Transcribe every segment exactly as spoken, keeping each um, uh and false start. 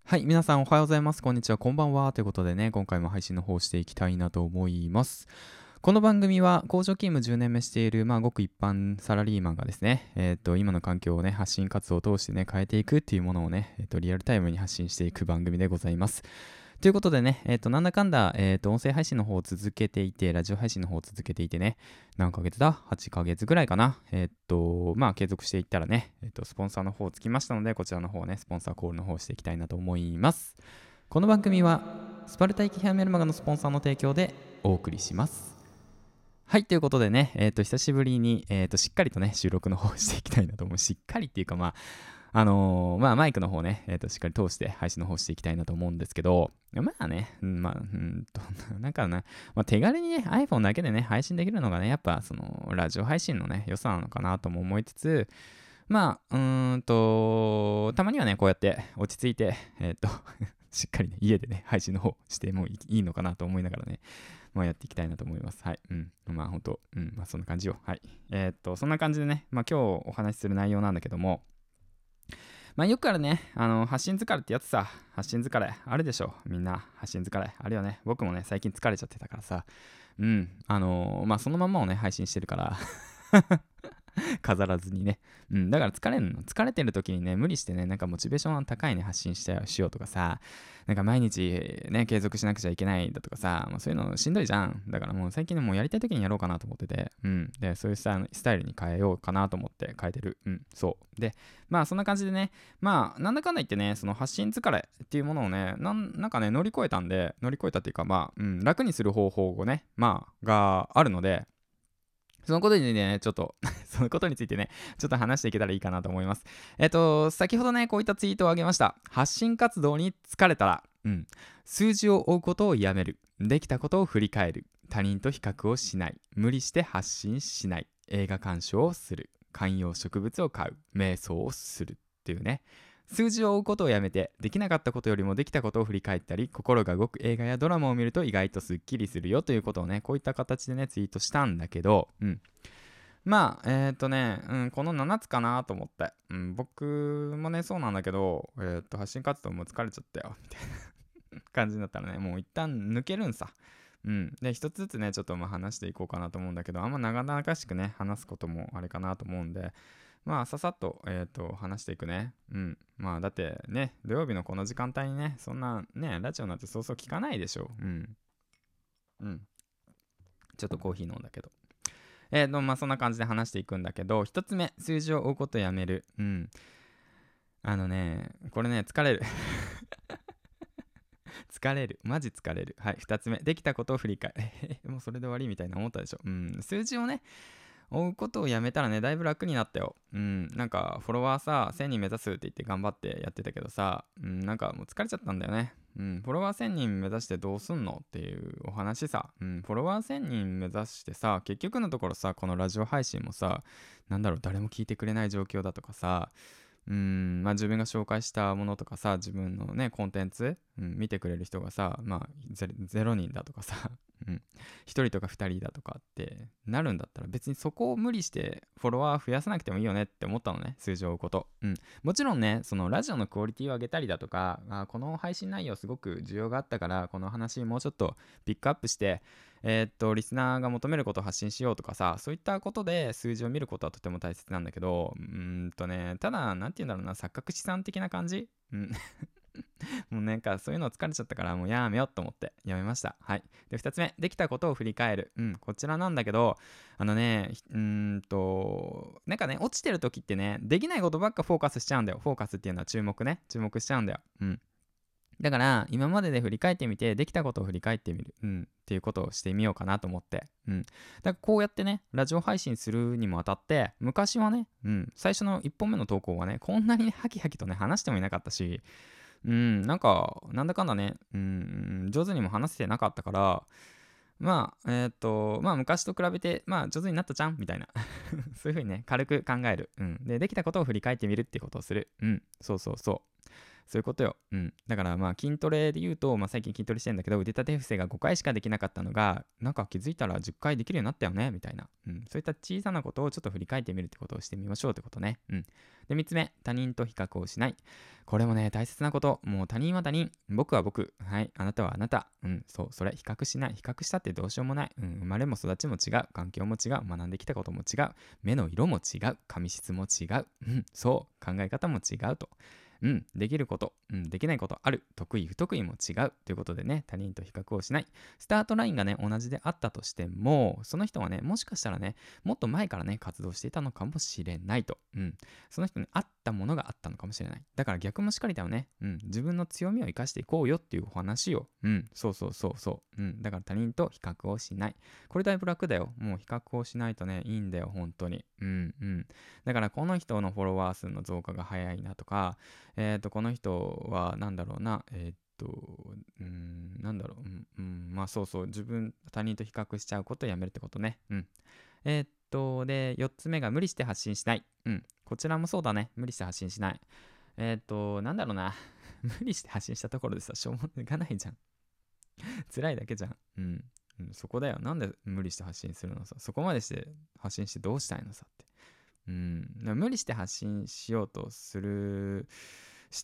はい、皆さんおはようございます。こんにちは、こんばんは。ということでね、今回も配信の方をしていきたいなと思います。この番組は工場勤務じゅうねんめしている、まあ、ごく一般サラリーマンがですね、えー、と今の環境をね、発信活動を通してね、変えていくっていうものをね、えー、とリアルタイムに発信していく番組でございます。ということでね、えっ、と、なんだかんだ、えっ、と、音声配信の方を続けていて、ラジオ配信の方を続けていてね、何ヶ月だ ?はち ヶ月ぐらいかな。えっ、と、まあ、継続していったらね、えっ、と、スポンサーの方つきましたので、こちらの方ね、スポンサーコールの方していきたいなと思います。この番組は、スパルタイキヘアメルマガのスポンサーの提供でお送りします。はい、ということでね、えっ、と、久しぶりに、えっ、と、しっかりとね、収録の方していきたいなと思う。しっかりっていうか、まあ、あのーまあ、マイクの方ね、えー、としっかり通して配信の方していきたいなと思うんですけど、まあね、うんまあ、うんと、なんかね、まあ、手軽にね、iPhone だけでね、配信できるのがね、やっぱその、ラジオ配信のね、良さなのかなとも思いつつ、まあ、うーんと、たまにはね、こうやって落ち着いて、えっ、と、しっかりね、家でね、配信の方してもいいのかなと思いながらね、まあ、やっていきたいなと思います。はい。うん。まあ、本当うん。まあ、そんな感じよ。はい。えっ、と、そんな感じでね、まあ、今日お話しする内容なんだけども、まあよくあるね、あの、発信疲れってやつさ、発信疲れ、あるでしょ。みんな、発信疲れ、あるよね。僕もね、最近疲れちゃってたからさ、うん、あのーまあそのまんまをね、配信してるから飾らずにね。うん、だから疲れるの。疲れてる時にね、無理してね、なんかモチベーション高いね、発信してしようとかさ、なんか毎日ね、継続しなくちゃいけないだとかさ、もうそういうのしんどいじゃん。だからもう最近ね、もうやりたい時にやろうかなと思ってて、うん。で、そういうスタイルスタイルに変えようかなと思って変えてる。うん、そう。で、まあそんな感じでね、まあなんだかんだ言ってね、その発信疲れっていうものをね、なんなんかね、乗り越えたんで、乗り越えたっていうか、まあ、うん、楽にする方法をね、まあ、があるので、そのことにね、ちょっとそのことについてね、ちょっと話していけたらいいかなと思います。えっと、先ほどね、こういったツイートをあげました。発信活動に疲れたら、うん。数字を追うことをやめる。できたことを振り返る。他人と比較をしない。無理して発信しない。映画鑑賞をする。観葉植物を買う。瞑想をする。っていうね。数字を追うことをやめて、できなかったことよりもできたことを振り返ったり、心が動く映画やドラマを見ると意外とスッキリするよということをね、こういった形でね、ツイートしたんだけど、うん。まあ、えっ、ー、とね、うん、このななつかなと思って、うん、僕もね、そうなんだけど、えっ、ー、と、発信活動も疲れちゃったよ、みたいな感じになったらね、もう一旦抜けるんさ。うん。で、一つずつね、ちょっとまあ話していこうかなと思うんだけど、あんま長々しくね、話すこともあれかなと思うんで、まあ、ささっと、えっ、ー、と、話していくね。うん。まあ、だってね、土曜日のこの時間帯にね、そんなね、ラジオなんてそうそう聞かないでしょ。うん。うん。ちょっとコーヒー飲んだけど。えーと、まあ、そんな感じで話していくんだけど、一つ目、数字を追うことをやめる。うん。あのね、これね、疲れる。疲れる。マジ疲れる。はい、二つ目、できたことを振り返る。え、もうそれで終わりみたいな思ったでしょ。うん。数字をね、追うことをやめたらね、だいぶ楽になったよ。うん。なんか、フォロワーさ、せんにん目指すって言って頑張ってやってたけどさ、うん、なんかもう疲れちゃったんだよね。うん。フォロワーせんにん目指してどうすんのっていうお話さ。うん。フォロワーせんにん目指してさ、結局のところさ、このラジオ配信もさ、なんだろう、誰も聞いてくれない状況だとかさ、うーん、まあ自分が紹介したものとかさ、自分のね、コンテンツ、うん、見てくれる人がさ、まあゼ、ゼロにんだとかさ、うん、ひとりとかふたりだとかってなるんだったら、別にそこを無理してフォロワー増やさなくてもいいよねって思ったのね、数字を追うこと。うん。もちろんね、そのラジオのクオリティを上げたりだとか、あこの配信内容すごく需要があったから、この話もうちょっとピックアップして、えーっと、リスナーが求めることを発信しようとかさ、そういったことで数字を見ることはとても大切なんだけど、うーんとね、ただ、なんて言うんだろうな、錯覚資産的な感じ。うん。もうなんかそういうの疲れちゃったからもうやめようと思ってやめました。はい。で、二つ目、できたことを振り返る。うん、こちらなんだけど、あのね、うーんと、なんかね、落ちてる時ってね、できないことばっかフォーカスしちゃうんだよ。フォーカスっていうのは注目ね。注目しちゃうんだよ。うん。だから今までで振り返ってみてできたことを振り返ってみる、うん、っていうことをしてみようかなと思って、うん、だからこうやってねラジオ配信するにもあたって昔はね、うん、最初のいっぽんめの投稿はねこんなに、ね、ハキハキとね話してもいなかったし、うん、なんかなんだかんだね、うん、上手にも話せてなかったからまあえーっとまあ昔と比べてまあ上手になったじゃんみたいなそういう風にね軽く考える、うん、でできたことを振り返ってみるっていうことをする、うん、そうそうそうそういうことよ。うん。だからまあ筋トレで言うと、まあ最近筋トレしてんだけど、腕立て伏せがごかいしかできなかったのが、なんか気づいたらじゅっかいできるようになったよね、みたいな。うん。そういった小さなことをちょっと振り返ってみるってことをしてみましょうってことね。うん。で、みっつめ、他人と比較をしない。これもね、大切なこと。もう他人は他人。僕は僕。はい。あなたはあなた。うん。そう。それ、比較しない。比較したってどうしようもない。うん。生まれも育ちも違う。環境も違う。学んできたことも違う。目の色も違う。髪質も違う。うん。そう。考え方も違うと。うん、できること、うん、できないことある、得意不得意も違うということでね、他人と比較をしない。スタートラインがね、同じであったとしても、その人はね、もしかしたらね、もっと前からね、活動していたのかもしれないと。うん、その人に合ったものがあったのかもしれない。だから逆もしかりだよね。うん、自分の強みを生かしていこうよっていうお話を。うん、そうそうそうそう。うん、だから他人と比較をしない。これだいぶ楽だよ。もう比較をしないとね、いいんだよ、本当に。うんうん。だからこの人のフォロワー数の増加が早いなとか、えっと、この人は、なんだろうな、えっと、うーん、なんだろう、うん、うん、まあそうそう、自分、他人と比較しちゃうことをやめるってことね。うん。えっと、で、よっつめが無理して発信しない。うん。こちらもそうだね。無理して発信しない。えっと、なんだろうな。無理して発信したところでさ、しょうもがないじゃん。辛いだけじゃん。うん。うん、そこだよ。なんで無理して発信するのさ。そこまでして発信してどうしたいのさって。うん。無理して発信しようとする、して、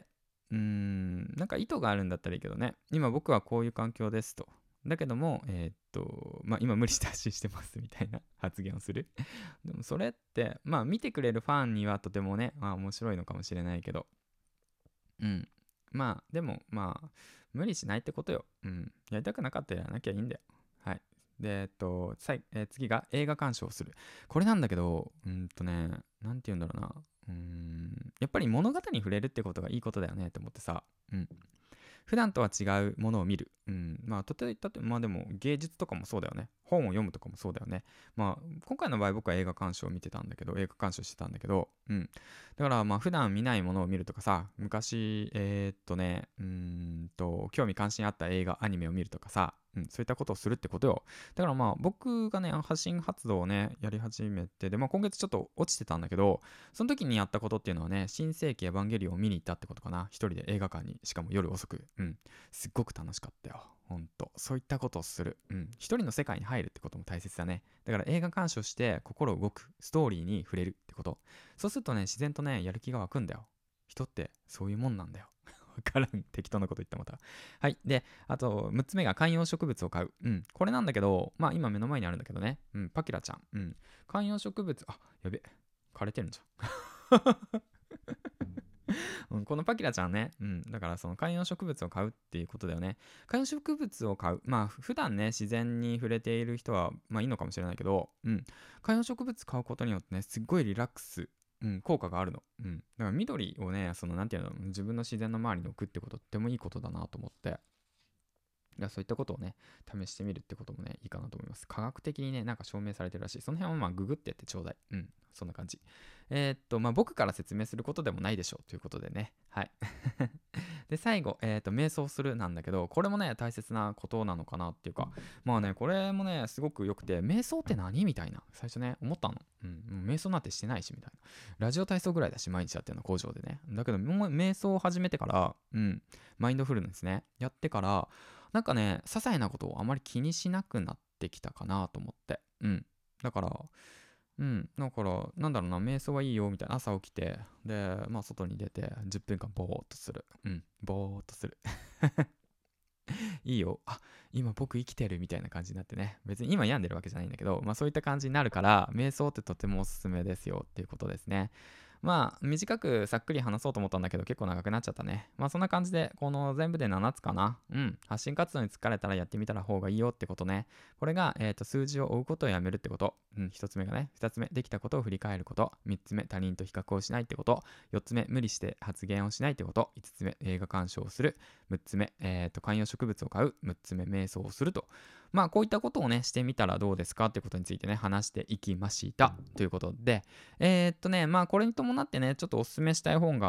うーん、なんか意図があるんだったらいいけどね。今僕はこういう環境ですと。だけども、えーっと、まあ今無理して発信してますみたいな発言をする。でもそれって、まあ見てくれるファンにはとてもね、まあ面白いのかもしれないけど、うん。まあでも、まあ、無理しないってことよ。うん。やりたくなかったらやらなきゃいいんだよ。はい。で、えっと、さいえー次が映画鑑賞する。これなんだけど、うんとね、なんて言うんだろうな。うーん、やっぱり物語に触れるってことがいいことだよねって思ってさ。うん。普段とは違うものを見る。うん。まあ、例えば、まあでも芸術とかもそうだよね。本を読むとかもそうだよね。まあ、今回の場合僕は映画鑑賞を見てたんだけど、映画鑑賞してたんだけど、うん。だからまあ、普段見ないものを見るとかさ、昔、えーっとね、うーんと、興味関心あった映画、アニメを見るとかさ、うん、そういったことをするってことよ。だからまあ、僕がね、発信活動をね、やり始めて、で、まあ今月ちょっと落ちてたんだけど、その時にやったことっていうのはね、新世紀エヴァンゲリオンを見に行ったってことかな。一人で映画館に、しかも夜遅く。うん。すっごく楽しかったよ。ほんと。そういったことをする。うん。一人の世界に入るってことも大切だね。だから映画鑑賞して心動く、ストーリーに触れるってこと。そうするとね、自然とね、やる気が湧くんだよ。人ってそういうもんなんだよ。わからん。適当なこと言ったまた。はい。で、あと、むっつめが観葉植物を買う。うん。これなんだけど、まあ今目の前にあるんだけどね。うん。パキラちゃん。うん。観葉植物、あ、やべ。枯れてるんじゃん。うん、このパキラちゃんね、うん、だからその観葉植物を買うっていうことだよね。観葉植物を買う。まあ、普段ね、自然に触れている人は、まあいいのかもしれないけど、うん、観葉植物買うことによってね、すっごいリラックス、うん、効果があるの。うん。だから緑をね、その、なんていうの、自分の自然の周りに置くってこととってもいいことだなと思って。いや、そういったことをね、試してみるってこともね、いいかなと思います。科学的にね、なんか証明されてるらしい。その辺はまあ、ググってやってちょうだい。うん、そんな感じ。えーっと、まあ、僕から説明することでもないでしょうということでね。はい。で、最後、えーっと、瞑想するなんだけど、これもね、大切なことなのかなっていうか、まあね、これもね、すごく良くて、瞑想って何みたいな、最初ね、思ったの。うん、もう瞑想なんてしてないし、みたいな。ラジオ体操ぐらいだし、毎日やってるの、工場でね。だけど、もう瞑想を始めてから、うん、マインドフルネスね、やってから、なんかね、些細なことをあまり気にしなくなってきたかなと思って。うん。だから、うん。だから、なんだろうな、瞑想はいいよ、みたいな。朝起きて、で、まあ、外に出て、じゅっぷんかんぼーっとする。うん。ぼーっとする。いいよ。あ、今僕生きてるみたいな感じになってね。別に今病んでるわけじゃないんだけど、まあそういった感じになるから、瞑想ってとてもおすすめですよっていうことですね。まあ短くさっくり話そうと思ったんだけど結構長くなっちゃったね。まあそんな感じでこの全部でななつかな。うん。発信活動に疲れたらやってみたら方がいいよってことね。これが、えーと数字を追うことをやめるってこと。うん。ひとつめがね。ふたつめできたことを振り返ること。みっつめ他人と比較をしないってこと。よっつめ無理して発言をしないってこと。いつつめ映画鑑賞をする。むっつめ、えーと観葉植物を買う。むっつめ瞑想をすると。まあこういったことをねしてみたらどうですかってことについてね話していきましたということで、えー、っとねまあこれに伴ってねちょっとおすすめしたい本があって、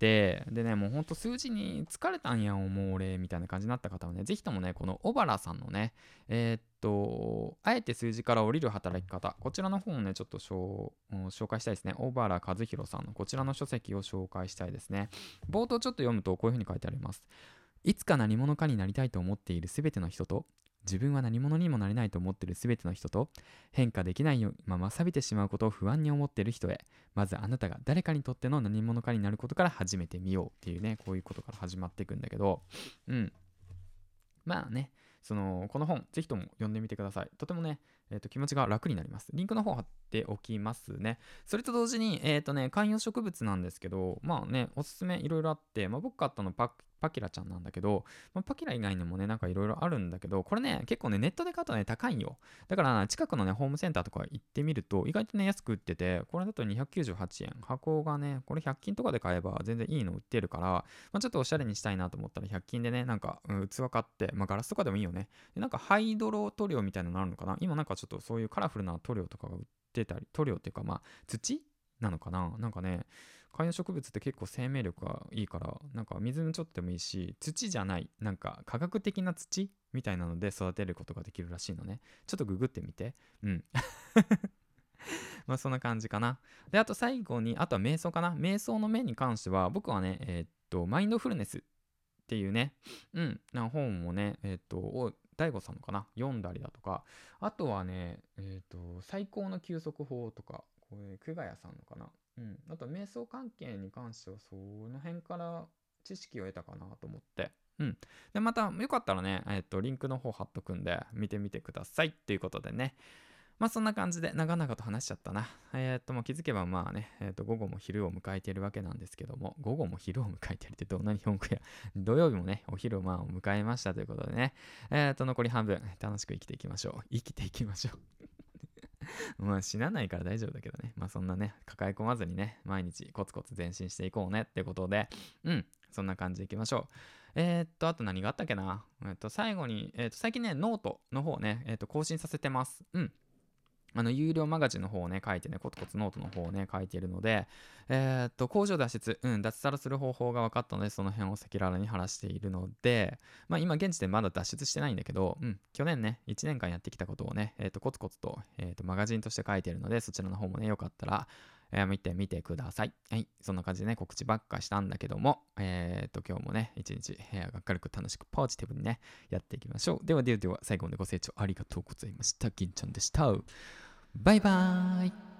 て、でね、もうほんと数字に疲れたんやん、もう俺、みたいな感じになった方はね、ぜひともね、この小原さんのね、えーっと、あえて数字から降りる働き方、こちらの本をね、ちょっと紹紹介したいですね。小原和弘さんのこちらの書籍を紹介したいですね。冒頭ちょっと読むとこういうふうに書いてあります。いつか何者かになりたいと思っているすべての人と、自分は何者にもなれないと思っているすべての人と、変化できないまま錆びてしまうことを不安に思っている人へ、まずあなたが誰かにとっての何者かになることから始めてみようっていうね、こういうことから始まっていくんだけど、うん。まあね、そのこの本、ぜひとも読んでみてください。とてもね、えー、と気持ちが楽になります。リンクの方貼っておきますね。それと同時に、えっ、とね、観葉植物なんですけど、まあね、おすすめいろいろあって、まあ、僕買ったのパパキラちゃんなんだけど、まあ、パキラ以外にもね、なんかいろいろあるんだけど、これね、結構ね、ネットで買うとね、高いんよ。だから、近くのね、ホームセンターとか行ってみると、意外とね、安く売ってて、これだとにひゃくきゅうじゅうはちえん。箱がね、これひゃく均とかで買えば全然いいの売ってるから、まあ、ちょっとおしゃれにしたいなと思ったら、ひゃく均でね、なんか、うん、器買って、まあ、ガラスとかでもいいよね。でなんか、ハイドロ塗料みたいなのあるのかな。今なんかちょっとそういうカラフルな塗料とかが売ってたり、塗料っていうか、まあ、土なのかな。なんかね、観葉植物って結構生命力がいいから、なんか水ちょっとでもいいし、土じゃない、なんか科学的な土みたいなので育てることができるらしいのね。ちょっとググってみて。うん。まあそんな感じかな。で、あと最後に、あとは瞑想かな。瞑想の面に関しては、僕はね、えーっと、マインドフルネスっていうね、うん、な本もね、えーっと、を大悟さんのかな、読んだりだとか、あとはね、えーっと、最高の休息法とか、これ、久我谷さんのかな。うん、あと、瞑想関係に関しては、その辺から知識を得たかなと思って。うん。で、また、よかったらね、えーっと、リンクの方貼っとくんで、見てみてください。っていうことでね。まあそんな感じで長々と話しちゃったな。えー、っと、もう気づけばまあね、えー、っと、午後も昼を迎えているわけなんですけども、午後も昼を迎えているってどんな日本語や、土曜日もね、お昼をまあ迎えましたということでね、えー、っと、残り半分、楽しく生きていきましょう。生きていきましょう。まあ死なないから大丈夫だけどね、まあそんなね、抱え込まずにね、毎日コツコツ前進していこうねってことで、うん、そんな感じでいきましょう。えー、っと、あと何があったっけな。えー、っと、最後に、えー、っと、最近ね、ノートの方ね、えー、っと、更新させてます。うん。あの有料マガジンの方をね書いてね、コツコツノートの方をね書いているので、えー、っと工場脱出、うん脱サラする方法が分かったので、その辺を赤裸々に話しているので、まあ今現時点まだ脱出してないんだけど、うん去年ねいちねんかんやってきたことをね、えー、っとコツコツと、えー、っとマガジンとして書いているので、そちらの方もねよかったら、えー、見てみてください。はい、そんな感じでね告知ばっかしたんだけども、えー、っと今日もね一日部屋が明るく楽しくポジティブにねやっていきましょう。ではではでは、最後までご清聴ありがとうございました。銀ちゃんでした。バイバーイ。